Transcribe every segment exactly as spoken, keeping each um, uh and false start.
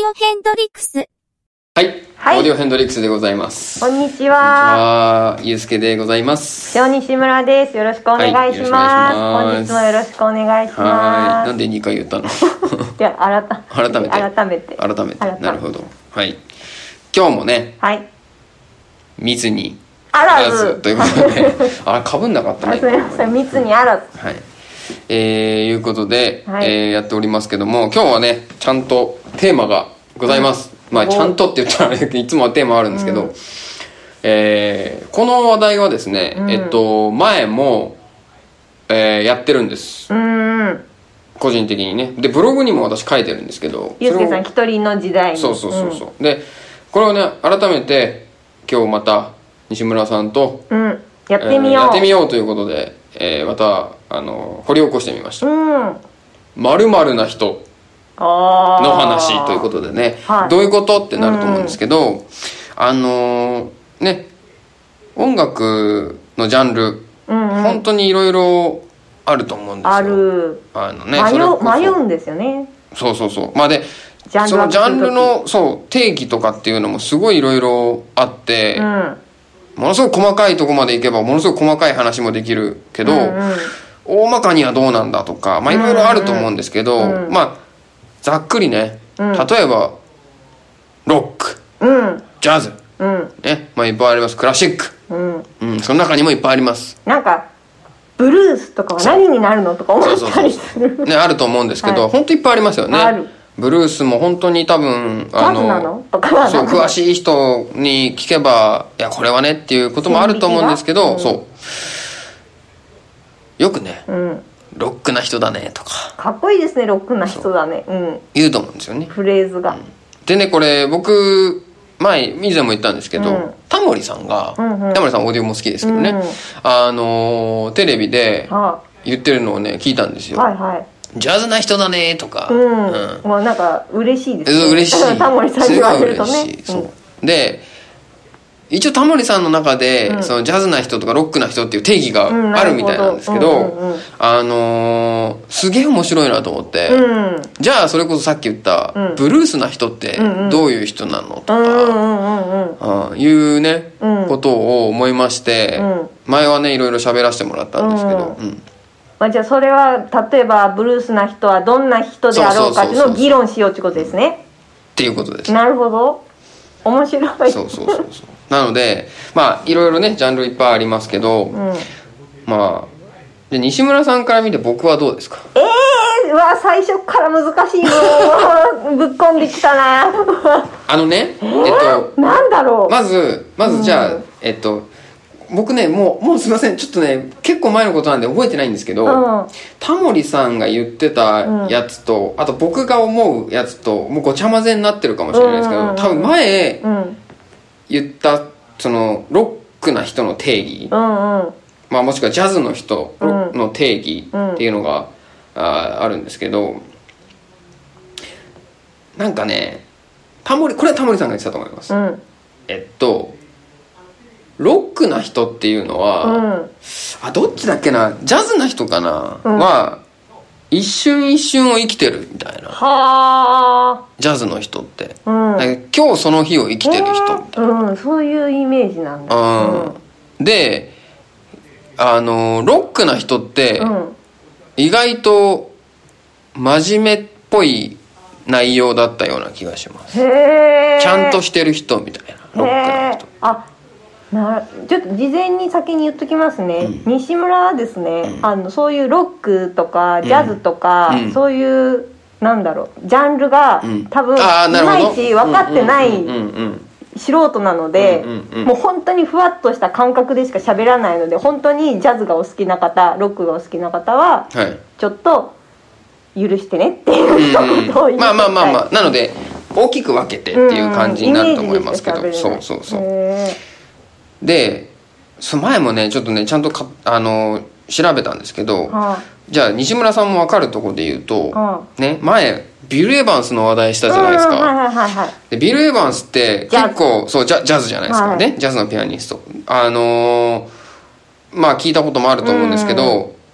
オヘンドリックス。 はい、はい、オーディオヘンドリックスでございます。 こんにちは。 こんにちは、ゆうすけでございます。 塩西村です。よろしくお願いします。はい、本日もよろしくお願いします。 はい、なんでにかい言ったの？ いや、改めて改めて改めてなるほど。はい、今日もね、はい、密にあらずということであ、かぶんなかったね。 すみません、密にあらず。 はい、えー、いうことで、はい、えー、やっておりますけども、今日はねちゃんとテーマがございます。うん、まあちゃんとって言ったらいつもはテーマあるんですけど、うん、えー、この話題はですね、うん、えっと前も、えー、やってるんです。うん、個人的にね。でブログにも私書いてるんですけど、 ゆうすけさん一人の時代に。 そうそうそうそう。うん、でこれをね改めて今日また西村さんと、 うん、やってみよう、 えー、やってみようということで、えー、またあの掘り起こしてみました。〇〇な人の話ということでね、はい、どういうことってなると思うんですけど、うん、あのー、ね音楽のジャンル、うんうん、本当にいろいろあると思うんですよ。あるあの、ね、迷う、迷うんですよね。 そうそうそう。まあでジャンルそのジャンルのそう定義とかっていうのもすごいいろいろあって、うん、ものすごく細かいとこまでいけばものすごく細かい話もできるけど、うんうん、大まかにはどうなんだとか、まあいろいろあると思うんですけど、うんうん、まあざっくりね、うん、例えばロック、うん、ジャズ、うんね、まあいっぱいあります。クラシック、うんうん、その中にもいっぱいあります。 なんかブルースとかは何になるのとか思ったりする、 ね、あると思うんですけど、はい、本当いっぱいありますよね。ある。ブルースも本当に多分あのジャズなのとかそう詳しい人に聞けばいやこれはねっていうこともあると思うんですけど、うん、そうよくね、うん、ロックな人だねとかかっこいいですねロックな人だね、うん、 言うと思うんですよねフレーズが、うん、 でねこれ僕前以前も言ったんですけど、うん、タモリさんが、うんうん、タモリさんオーディオも好きですけどね、うん、あのテレビで言ってるのをね聞いたんですよ、はいはい、ジャズな人だねとか、うんうん、まあなんか嬉しいですね。 嬉しい。 タモリさんに言われるとね。 嬉しい。そう。で、一応タモリさんの中で、うん、そのジャズな人とかロックな人っていう定義があるみたいなんですけど、うんうんうん、あのー、すげえ面白いなと思って、うん、じゃあそれこそさっき言った、うん、ブルースな人ってどういう人なのとか、いうね、うん、ことを思いまして、うん、前はねいろいろ喋らせてもらったんですけど、うんうんまあ、じゃあそれは例えばブルースな人はどんな人であろうかっていうのを議論しようってことですね。 っていうことです。 なるほど。面白い。 そうそうそうそう。なのでまあいろいろねジャンルいっぱいありますけど、うん、まあで西村さんから見て僕はどうですか？ ええー、うわ最初から難しいのぶっこんできたなあのね、 えー、えっとなんだろうまずまずじゃあ、うん、えっと僕ねもうもうすいませんちょっとね結構前のことなんで覚えてないんですけど、うん、タモリさんが言ってたやつと、うん、あと僕が思うやつともうごちゃ混ぜになってるかもしれないですけど、うんうんうん、多分前言ったそのロックな人の定義、うんうんまあ、もしくはジャズの人の定義っていうのが、うん、あ, あるんですけどなんかねタモリこれはタモリさんが言ってたと思います、うん、えっとロックな人っていうのは、うん、あどっちだっけなジャズな人かな、うん、は一瞬一瞬を生きてるみたいなはジャズの人って、うん、今日その日を生きてる人みたいな、 うん、そういうイメージなんだ、うんうん、であのロックな人って、うん、意外と真面目っぽい内容だったような気がします。へーちゃんとしてる人みたいなロックな人あなちょっと事前に先に言っときますね、うん、西村はですね、うん、あのそういうロックとかジャズとか、うん、そういうなんだろうジャンルが、うん、多分いまいち分かってない素人なので、うんうんうん、もう本当にふわっとした感覚でしか喋らないので本当にジャズがお好きな方ロックがお好きな方は、はい、ちょっと許してねっていう一言を言って、うんうん、 まあまあまあまあなので大きく分けてっていう感じになると思いますけど、うんうん、そうそうそうでその前もねちょっとねちゃんとかあの調べたんですけど、はあ、じゃあ西村さんも分かるところで言うと、はあ、ね前ビル・エヴァンスの話題したじゃないですか、はいはいはいはい、でビル・エヴァンスって結構そうジャ、ジャズじゃないですか、はい、ねジャズのピアニストあのー、まあ聞いたこともあると思うんですけど、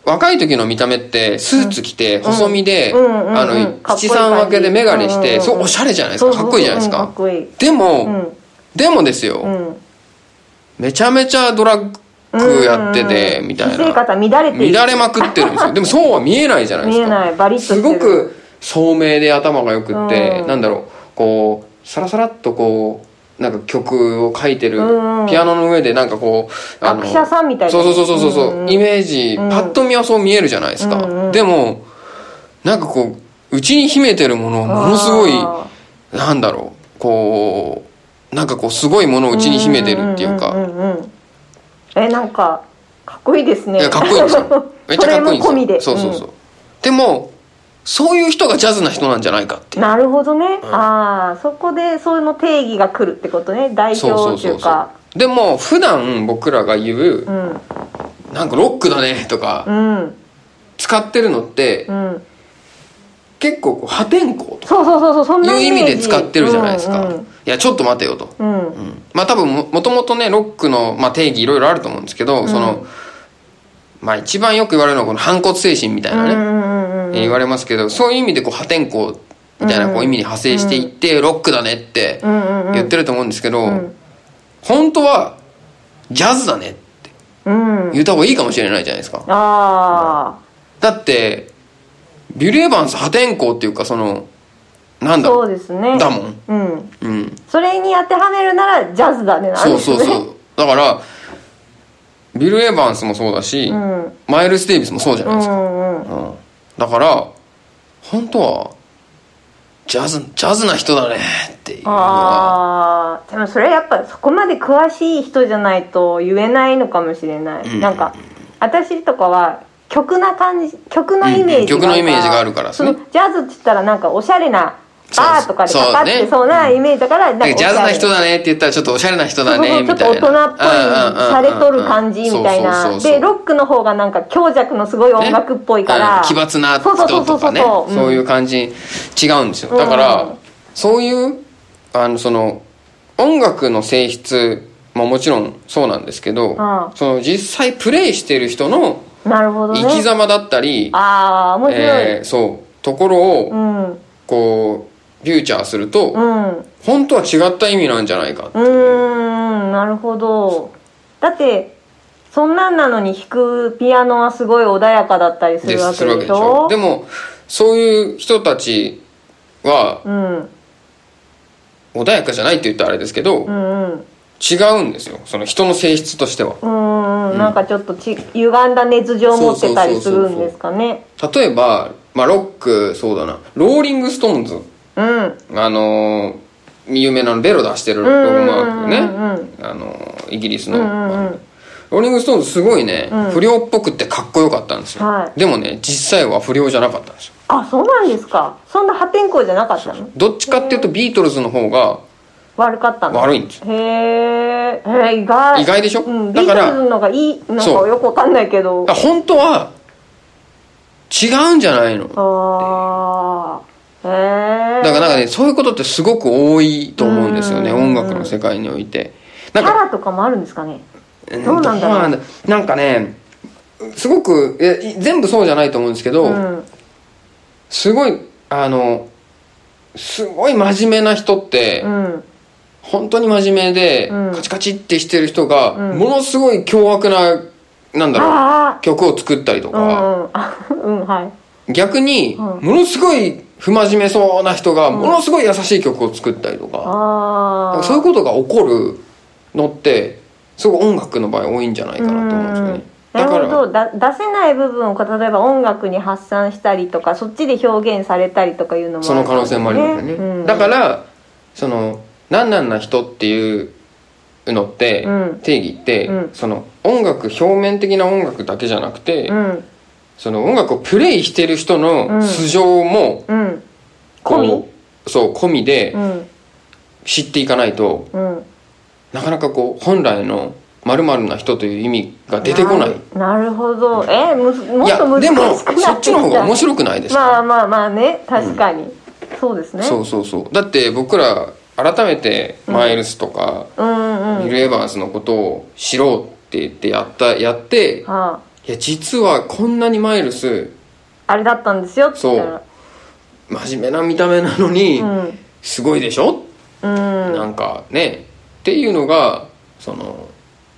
若い時の見た目ってスーツ着て細身で、あの七三分けで眼鏡して、そうおしゃれじゃないですか。かっこいいじゃないですか。でもでもですよ、めちゃめちゃドラッグやっててみたいな、 生活は乱れてる、 乱れまくってるんですよ。でもそうは見えないじゃないですか。 見えない、バリッとしてる。 すごく聡明で頭がよくって、なんだろう、こうサラサラっとこうなんか曲を書いてる、うんうん、ピアノの上でなんかこうあの学者さんみたいな、 そうそうそうそうそう、うんうん、イメージ、うん、パッと見はそう見えるじゃないですか、うんうん、でもなんかこう内に秘めてるものをものすごいなんだろう、こうなんかこうすごいものを内に秘めてるっていうか、 えなんかかっこいいですね。 いやかっこいいんですよ。めっちゃかっこいいんですよ。 それも込みで、 そうそうそう、うん、でもそういう人がジャズな人なんじゃないかっていう。 なるほどね、うん、ああそこでその定義が来るってことね、代表っていうか。そうそうそうそう。 でも普段僕らが言う、うん、なんかロックだねとか、うん、使ってるのって、うん、結構こう破天荒とかそうそうそうそう、そんないう意味で使ってるじゃないですか、うんうん、いやちょっと待てよと、うんうん、まあ多分 も, もともとねロックの、まあ、定義いろいろあると思うんですけど、うん、そのまあ一番よく言われるのはこの反骨精神みたいなね、うんうんうん、言われますけど、そういう意味でこう破天荒みたいなこう意味に派生していって、うん、ロックだねって言ってると思うんですけど、うんうん、本当はジャズだねって言った方がいいかもしれないじゃないですか、うん、あだってビル・エヴァンス破天荒っていうか、そのなんだろう、そうですね、だもん、 うんうん、それに当てはめるならジャズだねなんですね。 そうそうそう、だからビル・エヴァンスもそうだし、うん、マイルス・デイビスもそうじゃないですか、うんうんうん、だから本当はジャズジャズな人だねっていうのは。 あでもそれやっぱそこまで詳しい人じゃないと言えないのかもしれない、うん、なんか私とかは曲な感じ、曲のイメージが、うん、曲のイメージがあるからですね。そのジャズって言ったらなんかおしゃれなバーとかでかかってそうなイメージだから、なんかジャズな人だねって言ったらちょっとおしゃれな人だねみたいな、 ちょっと大人っぽい洒落とる感じみたいな。でロックの方がなんか強弱のすごい音楽っぽいから、 ね、奇抜な人とかね、そういう感じ違うんですよ。だから、うん、そういうあのその音楽の性質ももちろんそうなんですけど、うん、その実際プレイしてる人の生き様だったり、 ああ面白い、えー、そうところを、うん、こうフューチャーすると、うん、本当は違った意味なんじゃないかっていう。 うーんなるほど。だってそんなんなのに弾くピアノはすごい穏やかだったりするわけでしょ。 でもそういう人たちは、うん、穏やかじゃないって言ったらあれですけど、うんうん、違うんですよ、その人の性質としては。 うん、うん、なんかちょっとち歪んだ熱情を持ってたりするんですかね。 例えば、まあ、ロックそうだなローリングストーンズ、うん、あの有名なのベロ出してるロゴマークね、うんうんうん、あのイギリスの、うんうんうん、ローリングストーンズすごいね、うん、不良っぽくってかっこよかったんですよ、はい、でもね実際は不良じゃなかったんですよ。 あ、そうなんですか。そんな破天荒じゃなかったの。 どっちかっていうとビートルズの方が悪かったの。 悪いんですよ。 へえ、意外。 意外でしょ、うん、 だからビートルズの方がいい、なんかよくわかんないけど、 本当は違うんじゃないの。 ああ、へえ。 だからなんかね、そういうことってすごく多いと思うんですよね、音楽の世界において。 なんかキャラとかもあるんですかね。どうなんだろう。 なんなんかね、すごくいや全部そうじゃないと思うんですけど、うん、すごいあのすごい真面目な人って、うん、本当に真面目で、うん、カチカチってしてる人が、うん、ものすごい凶悪ななんだろう曲を作ったりとか、うんうんはい、逆に、うん、ものすごい不真面目そうな人が、ものすごい優しい曲を作ったりとか、うん、そういうことが起こるのってすごい音楽の場合多いんじゃないかなと思うんですよね。 なるほど。だ出せない部分を例えば音楽に発散したりとか、そっちで表現されたりとかいうのもある、ね、 その可能性もありますよね、うん、だからそのなんなんな人っていうのって、うん、定義って、うん、その音楽表面的な音楽だけじゃなくて、うん、その音楽をプレイしてる人の素性も、うん、 込みそう込みで知っていかないと、うん、なかなかこう本来の〇〇な人という意味が出てこない。 なるほど。えもっと難しくなってきた。 でもそっちの方が面白くないですか。 まあまあまあね、確かに、うん、そうですね。 そうそうそう。だって僕ら改めてマイルスとか、うん、ビル・エヴァンスのことを知ろうって言ってやったやって、はあ、 いや実はこんなにマイルスあれだったんですよって言ったら、 そう真面目な見た目なのに、うん、すごいでしょ、うん、なんかねっていうのがその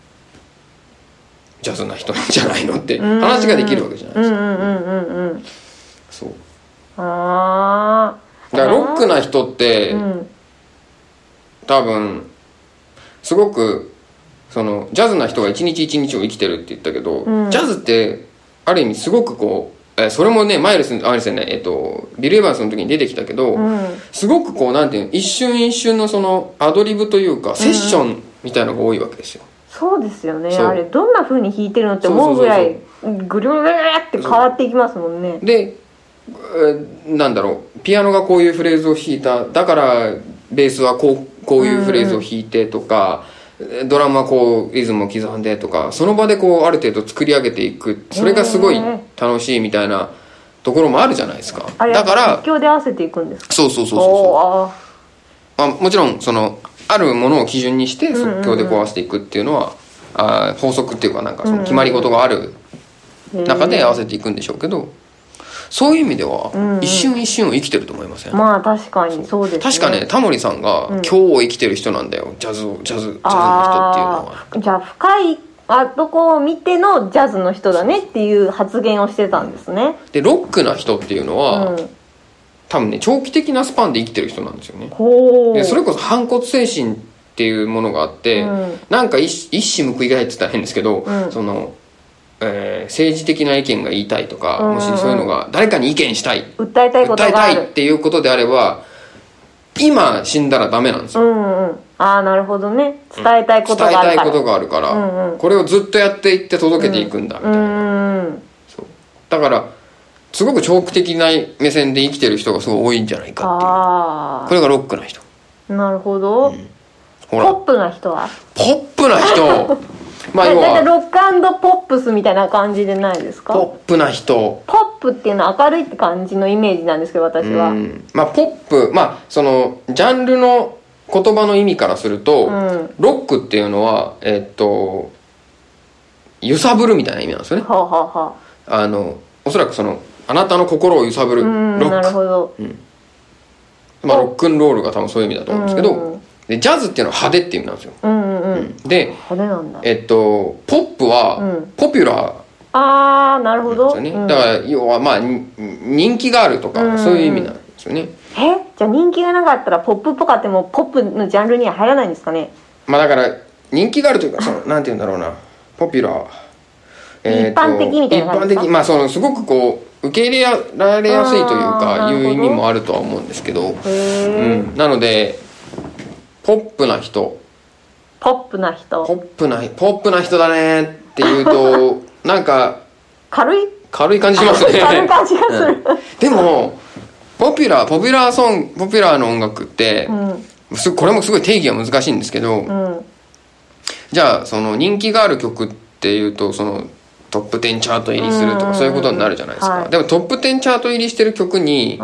ジャズな人なんじゃないのって話ができるわけじゃないですか。うんうんうんうん、そうあだからロックな人って、うん、多分すごくそのジャズな人が一日一日を生きてるって言ったけど、うん、ジャズってある意味すごくこう、えそれもねマイルスあれですよね、えっとビル・エヴァンスの時に出てきたけど、うん、すごくこうなんていうの一瞬一瞬のそのアドリブというかセッションみたいなのが多いわけですよ。 そうですよね。あれどんな風に弾いてるのって思うぐらいぐるぐるって変わっていきますもんね。 でなんだろうピアノがこういうフレーズを弾いただからベースはこう、こういうフレーズを弾いてとか、うん、ドラムはこうリズムを刻んでとかその場でこうある程度作り上げていくそれがすごい楽しいみたいなところもあるじゃないですか。 あれだから即興で合わせていくんですか。 そうそうそうそうそう、まあ、もちろんそのあるものを基準にして即興でこう合わせていくっていうのは、うんうんうん、あ法則っていうかなんかその決まり事がある中で合わせていくんでしょうけど、そういう意味では一瞬一瞬を生きてると思いません、 うんうん、まあ確かにそうですね。 確かねタモリさんが今日を生きてる人なんだよ、ジャズをジャズジャズの人っていうのは。 じゃあ深いあとこを見てのジャズの人だねっていう発言をしてたんですね。 でロックな人っていうのは、うん、多分ね長期的なスパンで生きてる人なんですよね。 ほう。 でそれこそ反骨精神っていうものがあって、うん、なんか一一矢報いがいって言ったら変ですけど、うん、そのえー、政治的な意見が言いたいとか、うんうん、もしそういうのが誰かに意見したい訴えたいことがある訴えたいっていうことであれば今死んだらダメなんですよ、 うんうん、ああなるほどね。伝えたいことがあるから、 伝えたいことがあるから、うんうん、これをずっとやっていって届けていくんだみたいな、うんうん、そうだからすごく長期的な目線で生きてる人がすごい多いんじゃないかっていう。あこれがロックな人。 なるほど、うん、ほらポップな人はポップな人まあ要はだいたいロック&ポップスみたいな感じでないですか。 ポップな人。 ポップっていうのは明るいって感じのイメージなんですけど私は。うんまあポップまあそのジャンルの言葉の意味からすると、うん、ロックっていうのはえー、っと揺さぶるみたいな意味なんですよね。 はあはあはあ、あのおそらくそのあなたの心を揺さぶるロック。 なるほど。うん、 まあロックンロールが多分そういう意味だと思うんですけど。うんでジャズっていうのは派手っていう意味なんですよ、うんうんうん、で派手なんだ。 えっとポップは、うん、ポピュラー、 ああなるほど、ねうん、だから要はまあ人気があるとか、うんうん、そういう意味なんですよね。 えじゃあ人気がなかったらポップっぽかってもポップのジャンルには入らないんですかね。 まあだから人気があるというかそのなんていうんだろうなポピュラー、 えー、一般的みたいな感じですか。 一般的まあそのすごくこう受け入れられやすいというかいう意味もあるとは思うんですけど、うん、なのでポップな人ポップな人ポップなポップな人だねっていうとなんか軽い軽い感じしますね軽い感じがする、うん、 でもポピュラーポピュラーソングポピュラーの音楽って、うん、これもすごい定義が難しいんですけど、うん、じゃあその人気がある曲っていうとそのトップテンチャート入りするとかそういうことになるじゃないですか、はい、でもトップテンチャート入りしてる曲に、うん、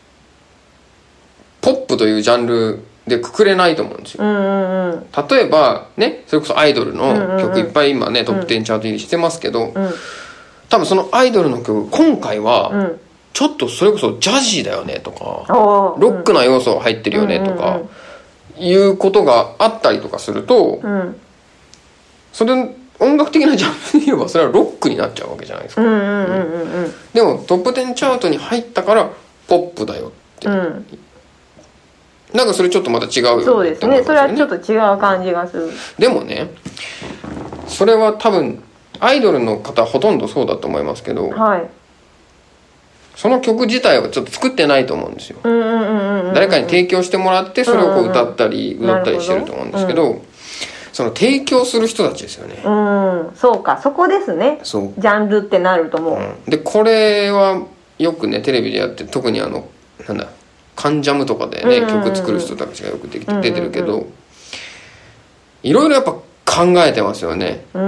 ポップというジャンルでくくれないと思うんですよ、うんうんうん、例えばねそれこそアイドルの曲いっぱい今ね、うんうん、トップテンチャート入りしてますけど、うん、多分そのアイドルの曲今回はちょっとそれこそジャジーだよねとか、うん、ロックな要素が入ってるよねとか、うんうんうん、いうことがあったりとかすると、うん、それ音楽的なジャンルで言えばそれはロックになっちゃうわけじゃないですか、うんうんうんうん、でもトップテンチャートに入ったからポップだよって、うんなんかそれちょっとまた違うよね。 そうですね。それはちょっと違う感じがする。 でもね、それは多分アイドルの方ほとんどそうだと思いますけど、はい、その曲自体はちょっと作ってないと思うんですよ。うんうんうんうん、誰かに提供してもらってそれをこう歌ったり歌ったりしてると思うんですけど、うん、その提供する人たちですよね。 うん、そうか、そこですね。そうジャンルってなると思う。うん、 でこれはよくねテレビでやって特にあのなんだ。カンジャムとかでね、うんうんうん、曲作る人たちがよくできて出てるけど、うんうんうん、いろいろやっぱ考えてますよね、うん、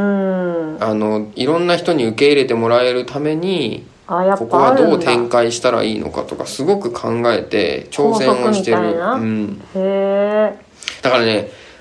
あのいろんな人に受け入れてもらえるためにここはどう展開したらいいのかとかすごく考えて挑戦をしてる、うん、へだからね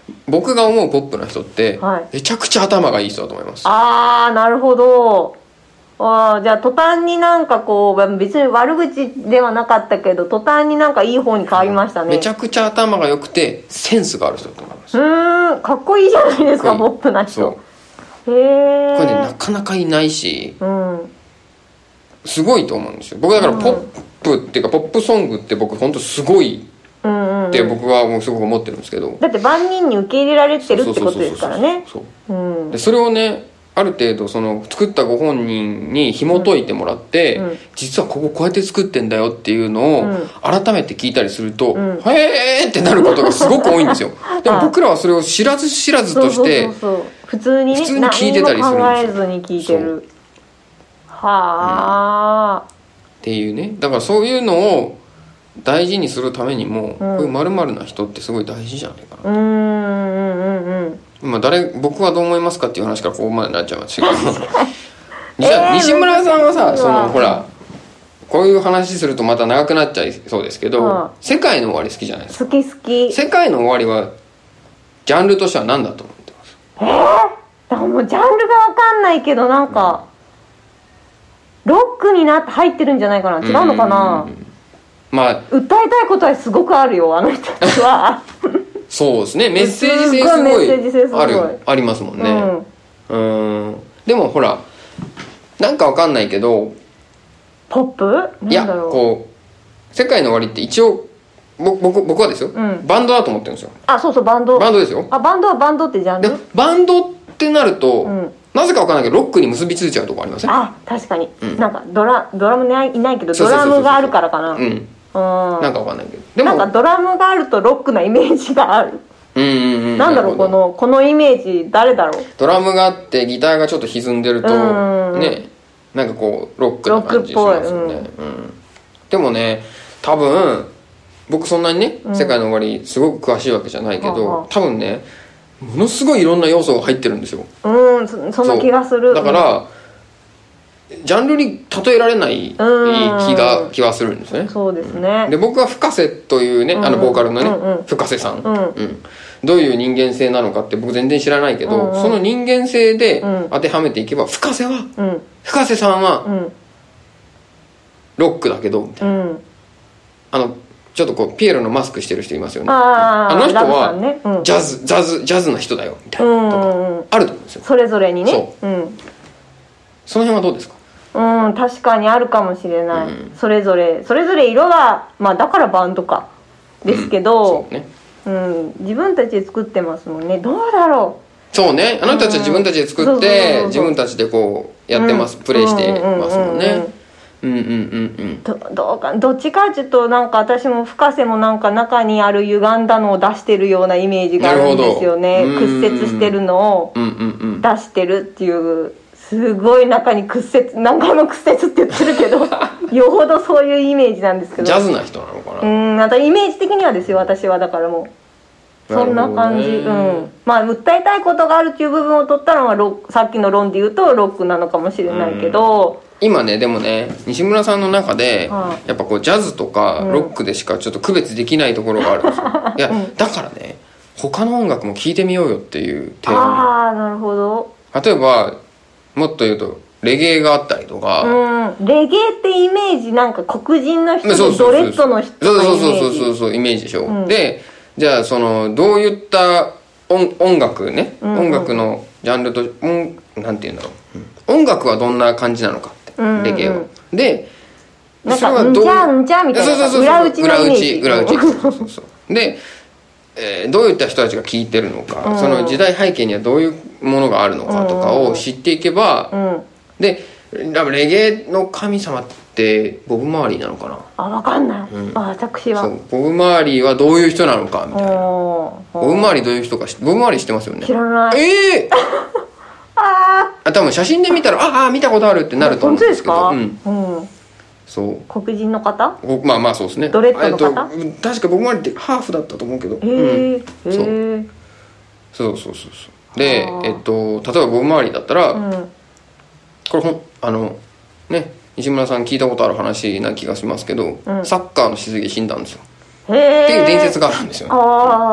僕が思うポップな人って、はい、めちゃくちゃ頭がいい人だと思います。 ああ、なるほど。あ、じゃあ途端になんかこう別に悪口ではなかったけど途端になんかいい方に変わりましたね。 めちゃくちゃ頭が良くてセンスがある人だと思います。 うーん、かっこいいじゃないですか、ポップな人。へえ。 これね、なかなかいないし、うん、すごいと思うんですよ。僕だからポップっていうか、ポップソングって僕本当すごいって僕はもうすごく思ってるんですけど、 だって万人に受け入れられてるってことですからね。 でそれをね、ある程度その作ったご本人に紐解いてもらって、うん、実はこここうやって作ってんだよっていうのを改めて聞いたりすると、うん、へーってなることがすごく多いんですよ。でも僕らはそれを知らず知らずとして普通にね、 普通に聞いてたりするんですよ。 何も考えずに聞いてる。はあ、うん、 っていうね。だからそういうのを大事にするためにも、うん、こういう〇〇な人ってすごい大事じゃないかな。うんうんうんうん。まあ誰、僕はどう思いますかっていう話からここまでになっちゃいますけどじゃあ西村さんはさ、そのほらこういう話するとまた長くなっちゃいそうですけど、うん、世界の終わり好きじゃないですか。 好き好き。 世界の終わりはジャンルとしては何だと思ってます？ えー、だからもうジャンルが分かんないけどなんか、うん、ロックになって入ってるんじゃないかな。違うのかな。うんうんうん、まあ訴えたいことはすごくあるよ、あの人たちはそうですね、メッセージ性すごいある、ありますもんね。うん、うんでもほらなんかわかんないけどポップなんだろう、 いやこう世界の終わりって一応僕僕はですよ、うん、バンドだと思ってるんですよ。 あ、そうそう、バンドバンドですよ。 あ、バンドはバンドってジャンルでバンドってなると、うん、なぜかわかんないけどロックに結びついちゃうとこありません？ あ、確かに、うん、なんかドラドラムいないけどドラムがあるからかな。うん、 なんかわかんないけど、 でもなんかドラムがあるとロックなイメージがある。うんうんうん、なんだろう、このこのイメージ誰だろう。 ドラムがあってギターがちょっと歪んでると、うんうん、ね、なんかこうロックな感じしますよね。うんうん、でもね、多分僕そんなにね、うん、世界の終わりすごく詳しいわけじゃないけど、うん、多分ねものすごいいろんな要素が入ってるんですよ。 うん、そ, そんな気がする。 だから、うん、ジャンルに例えられない気が気はするんですね。 そうですね。 で僕は深瀬というね、あのボーカルのね、うんうん、深瀬さん、うんうん、どういう人間性なのかって僕全然知らないけど、うんうん、その人間性で当てはめていけば、深瀬は、うん、深瀬さんは、うん、ロックだけどみたいな、うん、あのちょっとこうピエロのマスクしてる人いますよね。 あ, あの人は、ね、うん、ジャズジャズジャズな人だよみたいなとかあると思うんですよ、 それぞれにね。 そう、うん、その辺はどうですか？ うん、確かにあるかもしれない、うん、それぞれそれぞれ色は、まあだからバンドかですけど、うん、そうね、うん、自分たちで作ってますもんね。どうだろう。そうね、あの人たちは自分たちで作って、自分たちでこうやってます、うん、プレイしてますもんね。うんうんうんうん、 ど, どうかどっちかっていうとなんか私も深瀬もなんか中にある歪んだのを出してるようなイメージがあるんですよね。屈折してるのを出してるっていう、すごい中に屈折、何回も屈折って言ってるけどよほどそういうイメージなんですけど、 ジャズな人なのかな。 うん、あとイメージ的にはですよ、私は。だからもうそんな感じ、うん、まあ訴えたいことがあるっていう部分を取ったのはロさっきの論で言うとロックなのかもしれないけど、 今ねでもね西村さんの中で、はあ、やっぱこうジャズとかロックでしかちょっと区別できないところがあるんですよ、うん、いや、うん、だからね他の音楽も聴いてみようよっていうテーマ。 ああ、なるほど。 例えばもっと言うとレゲエがあったりとか、 うん、レゲエってイメージなんか黒人の人でドレッドの人のイメージ。 そうそうそうそうイメージでしょ、うん、でじゃあそのどういった音, 音楽ね、うんうん、音楽のジャンルと音なんて言うんだろう、音楽はどんな感じなのかって、うんうんうん、レゲエはでなんかうんちゃんちゃんみたいな裏打ちのイメージ、 裏打ち裏打ちそうそうそうで、えー、どういった人たちが聴いてるのか、うん、その時代背景にはどういうものがあるのかとかを知っていけば、うんうん、でレゲエの神様ってボブ・マーリーなのかな。 あ、分かんない、うん、あ、私はそうボブ・マーリーはどういう人なのかみたいな。ボブ・マーリーどういう人かボブ・マーリー知ってますよね。 知らない。 ええーああ多分写真で見たらああ見たことあるってなると思うんですけど。 本当ですか？うん、うん、 そう黒人の方？ まあまあそうですね。 ドレッドの方？ えっと、確かボブ・マーリーってハーフだったと思うけど。へえ、うん、そう。 そうそうそうそうでえっと例えばボブ・マーリーだったら、うん、これほんあのね西村さん聞いたことある話な気がしますけど、うん、サッカーのしすぎで死んだんですよ。へえっていう伝説があるんですよ、ね、 ああ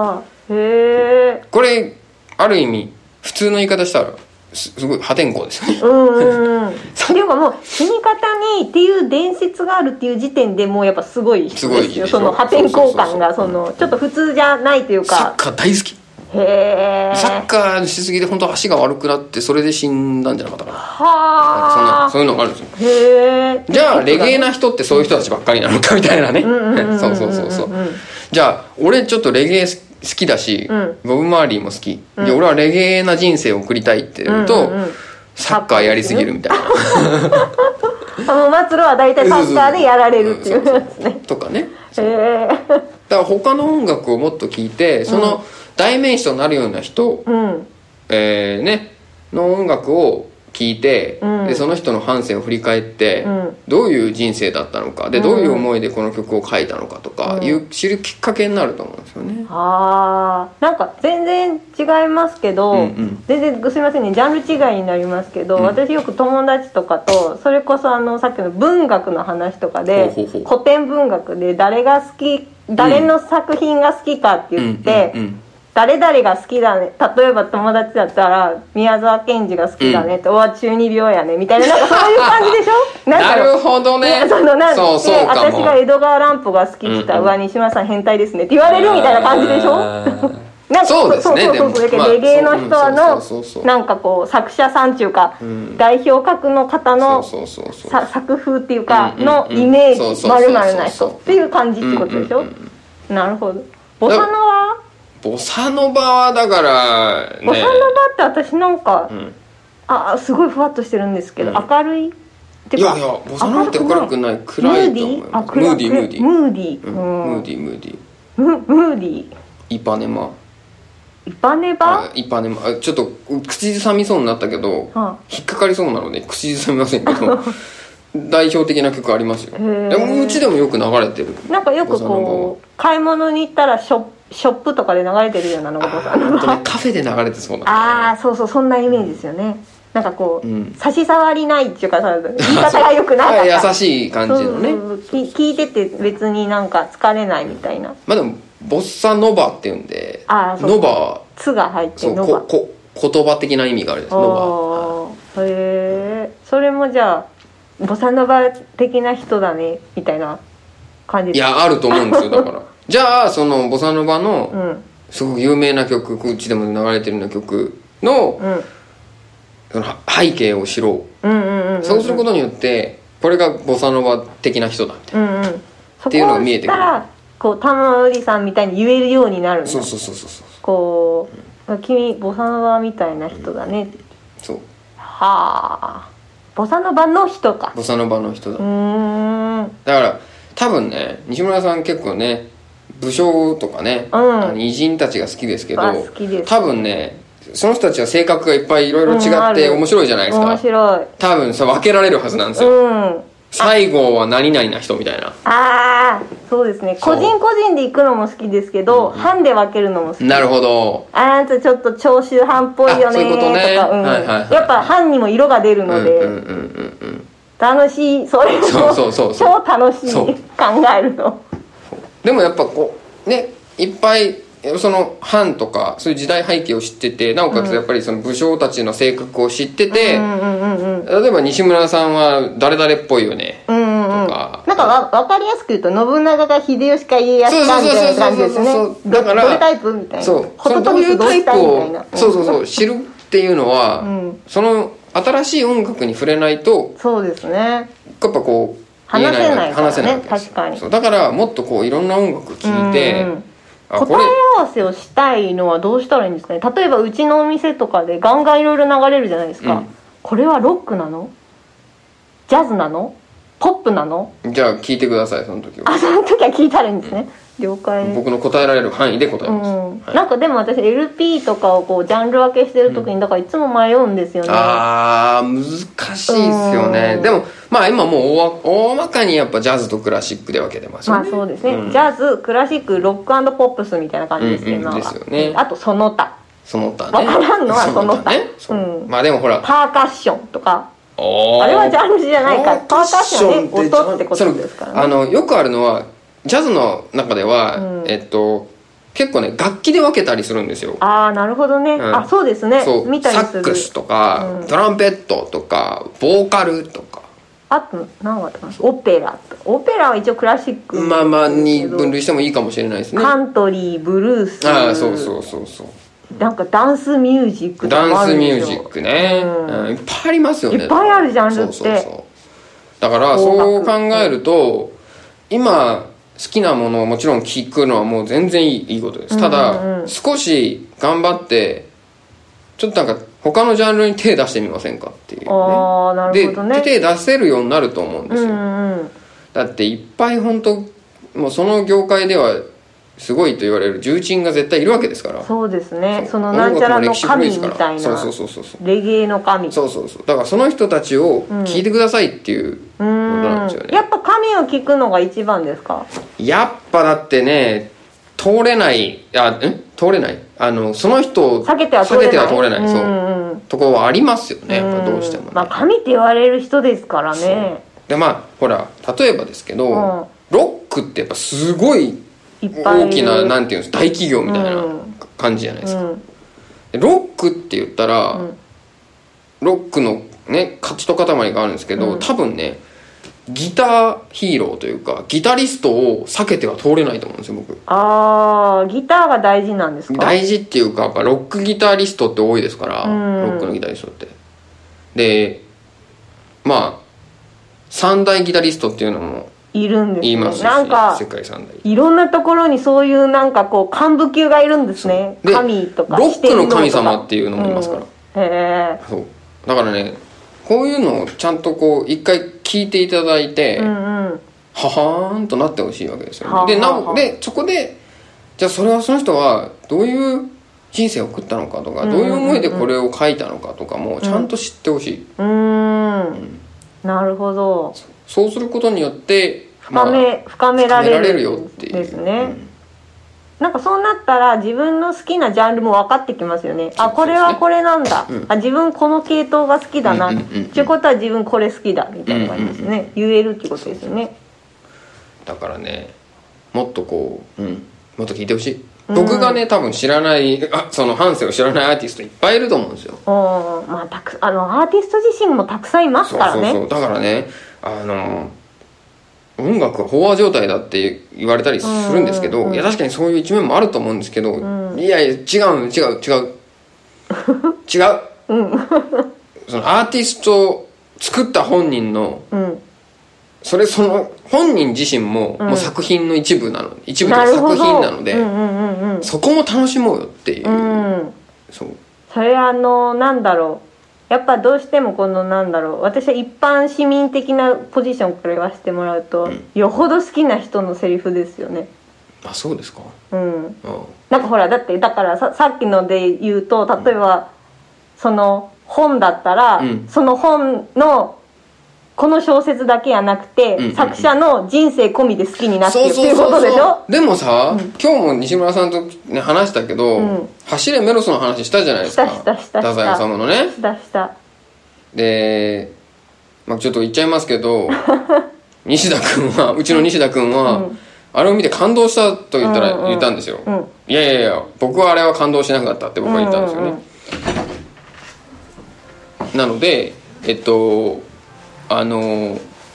へえ。 これある意味普通の言い方したらす, すごい破天荒ですよね。 うんうんうん。っていうかもう死に方にっていう伝説があるっていう時点でもうやっぱすごい人ですよ。その破天荒感がそのちょっと普通じゃないというか。 サッカー大好き。 へえ。 サッカーしすぎて本当足が悪くなってそれで死んだんじゃなかったかな。 はあ。 そんなそういうのがあるんですよ。 へえ。 じゃあレゲエな人ってそういう人たちばっかりなのかみたいなね。そうそうそうそう。じゃあ俺ちょっとレゲエ好きだし、うん、ボブ・マーリーも好き、うん、で俺はレゲエな人生を送りたいって言うと、うんうんうん、サッカーやりすぎるみたいな。 あの末路は大体サッカーでやられるっていうやつね。 とかね。へだから他の音楽をもっと聴いてその代名詞となるような人、うん、えー、ねの音楽を聞いて、うん、でその人の半生を振り返って、うん、どういう人生だったのかでどういう思いでこの曲を書いたのかとかいう、うん、知るきっかけになると思うんですよね。 ああ、なんか全然違いますけど、うんうん、全然すみませんねジャンル違いになりますけど、うん、私よく友達とかとそれこそあのさっきの文学の話とかでほうほうほう古典文学で誰が好き誰の作品が好きかって言って、うんうんうんうん誰々が好きだね例えば友達だったら宮沢賢治が好きだねって、うん、おわ中二病やねみたいななんかそういう感じでしょな, なるほどねそのなんそうそうかも私が江戸川乱歩が好きって言ったら、うんうん、うわ西村さん変態ですねって言われるみたいな感じでしょなんかそうですねそうそうそうそうレゲエの人のなんかこう作者さんっていうか、うん、代表格の方の作風っていうかのイメージ丸々な人っていう感じってことでしょ、うんうんうん、なるほど。ボサノはボサノバはだからねボサノバって私なんか、うん、あすごいふわっとしてるんですけど、うん、明るいっていやいやボサノバって明るくない暗いと思います。ムーディームーディームーディー、 うん、ムーディームーディームムーディーイパネマイパネバイパネマちょっと口ずさみそうになったけど、はあ、引っかかりそうなので口ずさみませんけど代表的な曲ありますよ。でもうちでもよく流れてる。 なんかよくこう買い物に行ったらショップショップとかで流れてるようなのがボサノバカフェで流れてそうな、ね、 ああそうそうそんなイメージですよね。なんかこう、うん、差し障りないっていうか言い方がよくなかった優しい感じのねそうそう聞いてて別になんか疲れないみたいな。 まあでもボッサノバっていうんであそうノバつが入ってノバここ言葉的な意味があるんですノバ。へえそれもじゃあボサノバ的な人だねみたいな感じですか。 いやあると思うんですよだからじゃあそのボサノバのすごく有名な曲うちでも流れてるような曲の、うん、その背景を知ろう、うんうんうんうん、そうすることによってこれがボサノバ的な人だみたいな、うんうん、っていうのが見えてくる。そこを知ったらこう玉森さんみたいに言えるようになるんだ。 そうそうそうそうこう、うん、君ボサノバみたいな人だね、うん、 そうはあボサノバの人かボサノバの人だ。うーんだから多分ね西村さん結構ね武将とかね、うん、あの偉人たちが好きですけど好きです多分ねその人たちは性格がいっぱいいろいろ違って面白いじゃないですか、うん、 面白い多分さ分けられるはずなんですよ、うん、最後は何々な人みたいな。 ああそうですね個人個人で行くのも好きですけど、うん、班で分けるのも好きです。 なるほどあんたちょっと長州班っぽいよねそういうことねとか、うんはいはいはい、やっぱ班にも色が出るので、うんうんうんうん、楽しいそれもそうそうそうそう超楽しい考えるの。 でもやっぱこうねいっぱいその藩とかそういう時代背景を知っててなおかつやっぱりその武将たちの性格を知ってて、うんうんうんうん、例えば西村さんは誰々っぽいよね、うんうんうん、とかなんかわ分かりやすく言うと信長が秀吉か家康かみたいな感じですね。だからどれタイプみたいなそうホトトギスどうしたいみたいなそうそうそう知るっていうのは、うん、その新しい音楽に触れないとそうですねやっぱこう話せないからね話せない確かにそうだからもっとこういろんな音楽聴いて、うんうん答え合わせをしたいのはどうしたらいいんですかね。例えばうちのお店とかでガンガンいろいろ流れるじゃないですか、うん、これはロックなのジャズなのポップなのじゃあ聞いてくださいその時は。 あその時は聞いたらいいんですね、うん、了解。 僕の答えられる範囲で答えます、 うんはい、なんかでも私 エルピー とかをこうジャンル分けしてる時にだからいつも迷うんですよね、うん、 あー難しいですよね、うん、でもまあ今もう 大, 大まかにやっぱジャズとクラシックで分けてますよね。 まあそうですね、うん、ジャズクラシックロック&ポップスみたいな感じですね、うんうん、 ですよね。 あとその他その他ね分からんのはその他ね、 うん、まあでもほらパーカッションとかあれはジャンルじゃないからパーカッションね音ってことですからね。 あのよくあるのはジャズの中では、うん、えっと結構ね楽器で分けたりするんですよ。 ああなるほどね、うん、あそうですね。 そう見たりするサックスとか、うん、トランペットとかボーカルとか、 あと何があったかな、オペラオペラは一応クラシックまあまあに分類してもいいかもしれないですね。 カントリーブルース、 ああそうそうそうそう、 なんかダンスミュージックとかもあるんですよ。 ダンスミュージックね、うんうん、いっぱいありますよね。 いっぱいあるジャンルって。そうそうそう、 だからそう考えると、うん、今好きなものをもちろん聴くのはもう全然いい、いいことです。ただ、うんうん、少し頑張ってちょっとなんか他のジャンルに手出してみませんかっていうね。 あ、なるほどね。 で手出せるようになると思うんですよ、うんうん、だっていっぱい本当もうその業界ではすごいと言われる重鎮が絶対いるわけですから。 そうですね。 そ, そのなんちゃらの神みたいな、 そうそうそうそう、 レゲエの神、 そうそうそう、だからその人たちを聞いてくださいっていうことなんですよね、 うん、やっぱ神を聞くのが一番ですか。 やっぱだってね通れないあん通れないあのその人を避けては通れない、避けては通れない、そう、うんうん、ところはありますよね、やっぱどうしても、ね、 まあ神って言われる人ですからね。 でまあほら例えばですけど、うん、ロックってやっぱすごい大きななんていうんです大企業みたいな感じじゃないですか、うん、ロックって言ったら、うん、ロックのね価値と塊があるんですけど、うん、多分ねギターヒーローというかギタリストを避けては通れないと思うんですよ僕。 ああギターが大事なんですか。 大事っていうかやっぱロックギタリストって多いですから、うん、ロックのギタリストってでまあ三大ギタリストっていうのもいるんですね。 言いますし、 なんか世界三大いろんなところにそういうなんかこう幹部級がいるんですね。神とかロックの神様っていうのもいますから、うん、 へえ。 そうだからねこういうのをちゃんとこう一回聞いていただいて、うんうん、ははーんとなってほしいわけですよ、ね、はははでなでそこでじゃあそれはその人はどういう人生を送ったのかとか、うんうんうん、どういう思いでこれを書いたのかとかもちゃんと知ってほしい、 うん、うん、なるほど。 そうすることによって深め、まあ、深められる、 深められるよっていうですね、うん、なんかそうなったら自分の好きなジャンルも分かってきますよね。あこれはこれなんだ、うん、あ自分この系統が好きだな、うんうんうんうん、っていうことは自分これ好きだみたいな感じですね、うんうんうん、言えるっていうことですよね。 だからねもっとこう、うん、もっと聞いてほしい、うん、僕がね多分知らないあその半生を知らないアーティストいっぱいいると思うんですよ。 お、まあ、たくあのアーティスト自身もたくさんいますからね。 そうそうそうだからねあの音楽は飽和状態だって言われたりするんですけど、うんうんうん、いや確かにそういう一面もあると思うんですけど、うん、いやいや違う違う違う違う、うん、そのアーティストを作った本人の、うん、それその本人自身も、うん、もう作品の一部なの一部というか作品なので、うんうんうんうん、そこも楽しもうよっていう、うん、そうそれあのなんだろうやっぱどうしてもこのなんだろう私は一般市民的なポジションから言わせてもらうと、うん、よほど好きな人のセリフですよね。 あそうですか。 うんなんかほらだってだからさ、さっきので言うと例えば、うん、その本だったら、うん、その本のこの小説だけやなくて、うんうんうん、作者の人生込みで好きになってるっていうことでしょ。 でもさ、うん、今日も西村さんと、ね、話したけど、うん、走れメロスの話したじゃないですか。 したしたした太宰治のねしたしたで、まあ、ちょっと言っちゃいますけど西田君はうちの西田君は、うん、あれを見て感動したと言ったら、うんうん、言ったんですよ、うん、いやいやいや僕はあれは感動しなかったって僕は言ったんですよね、うんうんうん、なのでえっとあのー、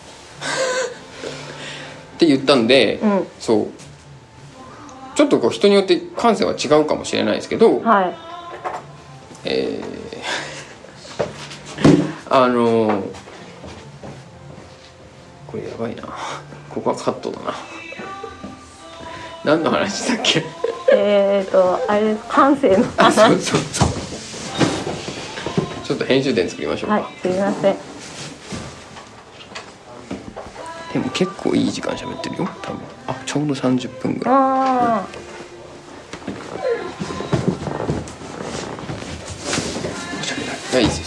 って言ったんで、うん、そうちょっとこう人によって感性は違うかもしれないですけど、はいえー、あのー、これやばいなここはカットだな何の話だっけえーとあれ感性の話。 そうそうそうちょっと編集点作りましょうか。 はいすみません。 でも結構いい時間喋ってるよ多分。あちょうどさんじゅっぷんぐらい。 あ、 うん、いいです。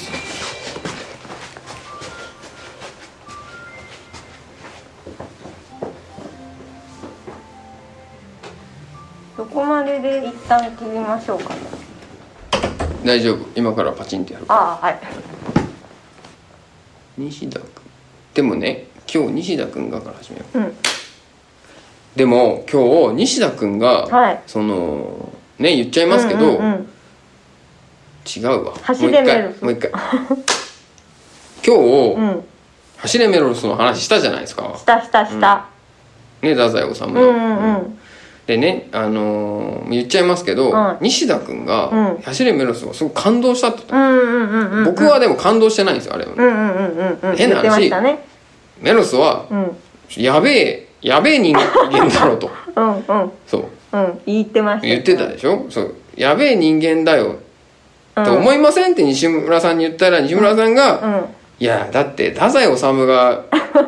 どこまでで一旦切りましょうかね。 大丈夫今からパチンってやる。 あはい。 西田君でもね今日西田君がから始めよう、うん、 でも今日西田君が、 はい、 そのね言っちゃいますけど、うんうんうん、違うわ走れメロスもう一回今日、うん、走れメロスの話したじゃないですか。 したしたした、 うん、ね太宰治が、うんうんうん、でね、あのー、言っちゃいますけど、うん、西田君が、うん、走れメロスをすごく感動したって、うんうんうんうん、僕はでも感動してないんですよあれは、ね、うんうんうんうん、変な話、ね、メロスは、うん、やべえやべえ人間だろうとうんうんそう、 うん、言ってました言ってたでしょ。そうやべえ人間だよ、うん、と思いませんって西村さんに言ったら西村さんが、うんうん、いやだって太宰治が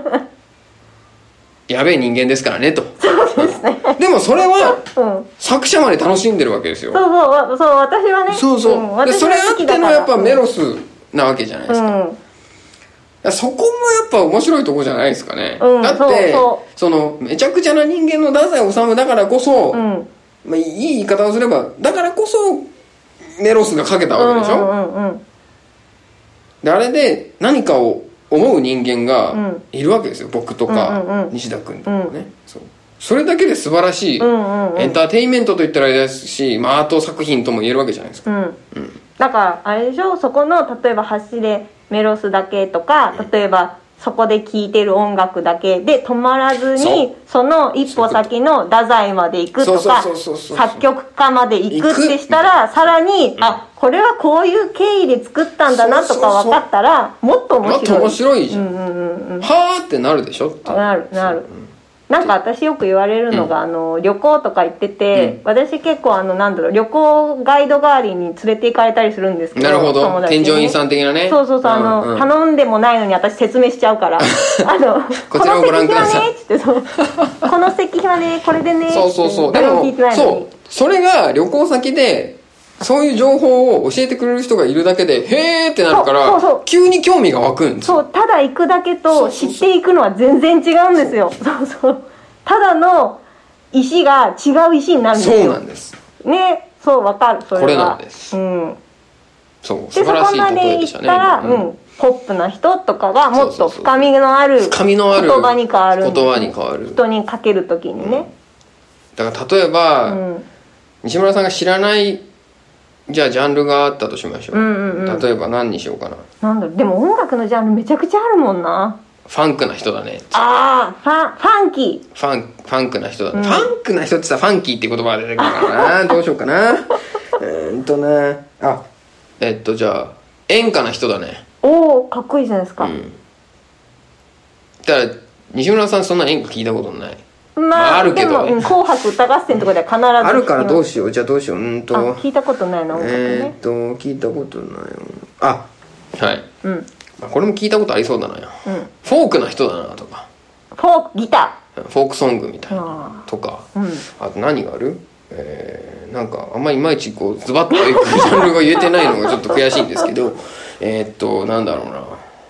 やべえ人間ですからねとそうですねでもそれは、うん、作者まで楽しんでるわけですよ。 そうそうそう私はねそうそう、うん、でそれあってのやっぱメロスなわけじゃないですか、うんそこもやっぱ面白いとこじゃないですかね、うん、だって そ, そのめちゃくちゃな人間の太宰治だからこそ、うんまあ、いい言い方をすればだからこそメロスがかけたわけでしょ、うんうんうんうん、であれで何かを思う人間がいるわけですよ、うん、僕とか、うんうんうん、西田君とかね、うん、そうそれだけで素晴らしい、うんうんうん、エンターテインメントと言ったらあれですし、まあ、アート作品とも言えるわけじゃないですか、うんうん、 だからあれでしょそこの例えば走れメロスだけとか例えばそこで聴いてる音楽だけで止まらずに そ, その一歩先の太宰まで行くとか作曲家まで行くってしたらさらに、うん、あこれはこういう経緯で作ったんだなとか分かったらもっと面白いもっと面白いじゃん、うんうんうん、はーってなるでしょってなるなる、うんなんか私よく言われるのが、うん、あの旅行とか行ってて、うん、私結構あのなんだろう旅行ガイド代わりに連れて行かれたりするんですけどなるほど添乗員さん的なねそうそうそう、うん、あの、うん、頼んでもないのに私説明しちゃうからあのこちらをご覧くださいこの席はねってそうこの席はねこれでねそうそうそうでもそうそれが旅行先でそういう情報を教えてくれる人がいるだけでへーってなるからそうそうそう急に興味が湧くんですよ。 そうただ行くだけと知っていくのは全然違うんですよ。そうそうただの石が違う石になるんですよ。 そうなんですねそう分かるそれはこれなんです、うん、そう素晴らしい例えでしたね。でそこまで行ったら、うん、ポップな人とかがもっと深みのある言葉に変わる言葉に変わる人にかけるときにね、うん、 だから例えば、うん、西村さんが知らないじゃあジャンルがあったとしましょう、うんうんうん、例えば何にしようかな。 なんだろうでも音楽のジャンルめちゃくちゃあるもんな。 ファンクな人だね。 ああファンファンキーファンファンクな人だね、うん、ファンクな人ってさファンキーって言葉が出てくるからなどうしようかなえーっとねあえっとじゃあ演歌な人だね。 おおかっこいいじゃないですか、うん、 だから西村さんそんな演歌聞いたことない。 まあ、まあ、あるけど、ね、でも紅白歌合戦とかでは必ずあるからどうしよう。じゃあどうしよう。うんと聞いたことないな音楽ね。 えー、っと聞いたことないあはい、うん、これも聞いたことありそうだな、うん、フォークな人だなとかフォークギターフォークソングみたいなとか、うん、あと何があるえー、なんかあんまりいまいちこうズバッとジャンルが言えてないのがちょっと悔しいんですけどえっとなんだろうなうん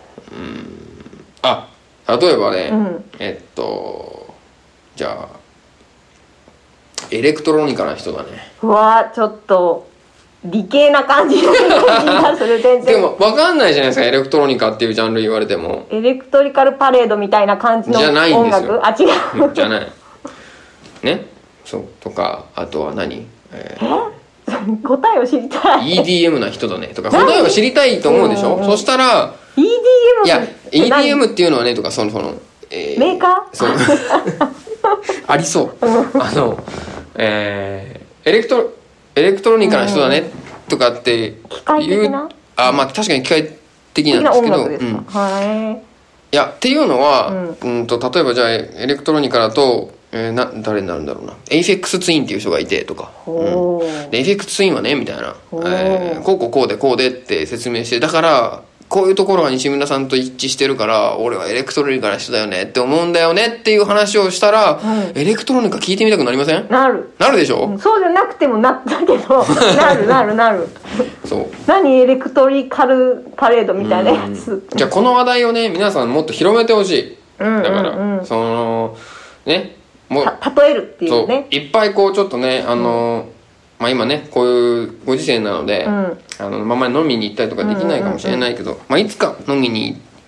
あ例えばね、うん、えっとじゃあエレクトロニカな人だね。 うわちょっと理系な感じのがする全然でも分かんないじゃないですかエレクトロニカっていうジャンル言われても。 エレクトリカルパレードみたいな感じの音楽じゃないんですよ。あ違うじゃないねそうとかあとは何えー、 え答えを知りたいイーディーエム な人だねとか答えを知りたいと思うでしょ、うんうん、そしたらイーディーエムいや イーディーエム っていうのはねとかそのその、 えー、メーカーそうありそうあのえー、エレクトエレクトロニカな人だねとかっていう、 あまあ確かに機械的なんですけど、うん、はいいやっていうのは、うん、うんと例えばじゃあエレクトロニカだと、えー、な誰になるんだろうなエイフェックスツインっていう人がいてとか、うん、でエイフェックスツインはねみたいな、えー、こうこうこうでこうでって説明してだからこういうところが西村さんと一致してるから俺はエレクトロニカな人だよねって思うんだよねっていう話をしたら、うん、エレクトロニカ聞いてみたくなりません？ なるなるでしょ、 うん、そうじゃなくてもなったけどなるなるなるそう何エレクトリカルパレードみたいなやつ。 じゃあこの話題をね皆さんもっと広めてほしい、うんうんうん、だからそのねもう例えるっていうねそういっぱいこうちょっとねあの、うんまあ、今ねこういうご時世なので、うん、あのまま飲みに行ったりとかできないかもしれないけど、うんうんうんまあ、いつか飲みに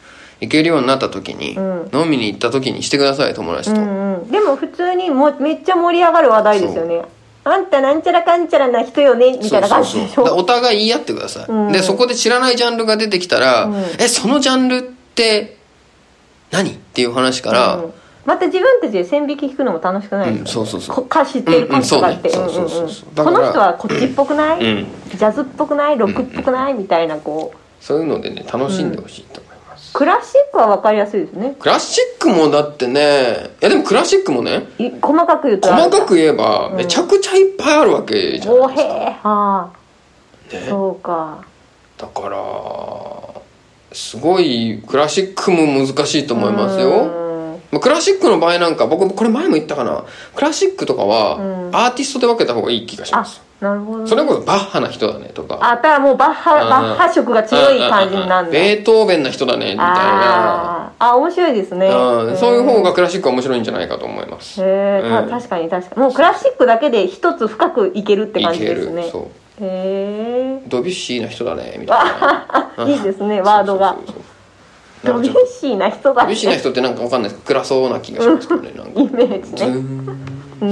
行けるようになった時に、うん、飲みに行った時にしてください、友達と、 うんうん、でも普通にもめっちゃ盛り上がる話題ですよね。あんたなんちゃらかんちゃらな人よねみたいな感じでしょ。 そうそうそう、お互い言い合ってください、うん、でそこで知らないジャンルが出てきたら、うん、えそのジャンルって何っていう話から、うん、また自分たちで線引き引くのも楽しくないですか、ね、うん、 そうそうそう、 歌詞ってる歌詞とかってこの人はこっちっぽくない、うん、ジャズっぽくない、ロックっぽくない、うん、みたいなこうそういうのでね楽しんでほしいと思います、 うん、クラシックは分かりやすいですね。 クラシックもだってね、いやでもクラシックもね細かく言うと細かく言えばめちゃくちゃいっぱいあるわけじゃないですか、うん、おへー、はあ、 ね、そうか。 だからすごいクラシックも難しいと思いますよ。クラシックの場合なんか僕これ前も言ったかな、クラシックとかはアーティストで分けた方がいい気がします、 うん、なるほど、ね、 それこそバッハな人だねとか、 あ、だからもうバッハ、バッハ色が強い感じになるんだ、 ベートーベンな人だねみたいな、 ああ面白いですね、 うん、そういう方がクラシックは面白いんじゃないかと思います。 へえ、うん、確かに確かにもうクラシックだけで一つ深くいけるって感じですね。 そう、 へえ、 ドビュッシーな人だねみたいないいですねワードが。そうそうそうそう、ドビュッシーな人だね。 ドビュッシーな人ってなんかわかんないです暗そうな気がしますけどね、なんかイメージね。うん、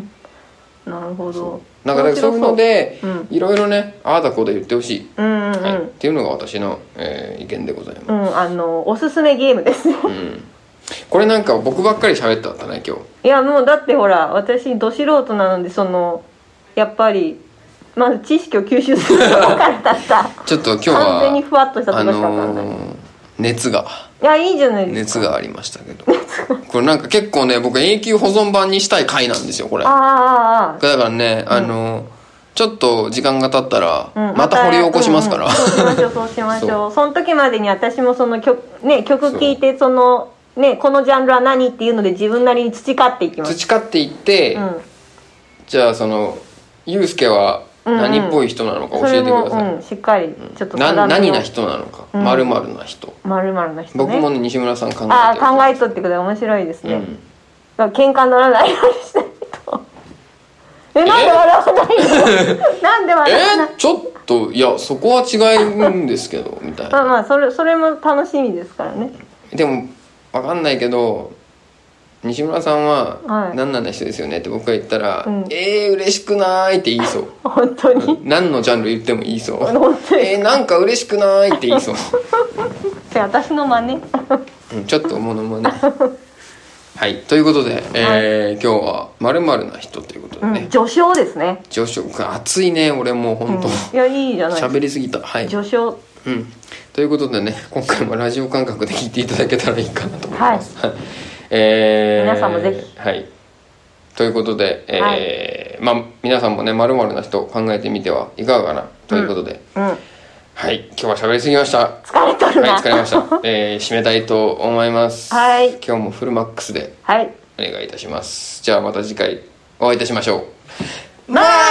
なるほど。 なんかそういうのでいろいろねああだこうで言ってほしい、うんうんうん、はい、っていうのが私の、えー、意見でございます、うん、 あのおすすめゲームですね、うん、 これなんか僕ばっかり喋ってあったね今日。 いやもうだってほら私ど素人なのでそのやっぱりまず知識を吸収するとこからだったちょっと今日は完全にふわっとしたとこしか分かんない、あのー、 熱がいやいいじゃないですか、熱がありましたけどこれなんか結構ね僕永久保存版にしたい回なんですよこれ。 ああだからね、うん、あのちょっと時間が経ったらまた掘り起こしますから、うんうん、 そうしましょうそうしましょうその時までに私もその曲ね曲聴いてそのねこのジャンルは何っていうので自分なりに培っていきます。 培っていって、うん、じゃあそのユうスケは何っぽい人なのか教えてください、うんうん、 しっかりちょっとな何な人なのか、うん、〇〇な人、 〇〇な人、 ね、僕もね西村さん考えてあ考えとってくれ面白いですね、うん、だから喧嘩にならないようにしないとえなんで笑わないのなんで笑わないえちょっといやそこは違うんですけどみたいなまあまあそれそれも楽しみですからね。 でも分かんないけど西村さんは何なんな人ですよねって僕が言ったら、うん、えー嬉しくないって言いそう。 本当に何のジャンル言っても言いそう。本当にえーなんか嬉しくないって言いそうじゃあ私の真似うん、ちょっとモノマネはいということで、えーはい、今日は〇〇な人ということでね、 うん、序章ですね。 序章熱いね俺もう本当、うん、 いやいいじゃない喋りすぎた。はい序章うんということでね今回もラジオ感覚で聞いていただけたらいいかなと思います、はいえー、 皆さんもぜひはいということで、えーはい、まあ皆さんもね〇〇な人考えてみてはいかがかなということで、うんうん、はい今日は喋りすぎました。 疲れとるなはい疲れました、えー、締めたいと思います。 はい今日もフルマックスではいお願いいたします。じゃあまた次回お会いいたしましょう。 まあ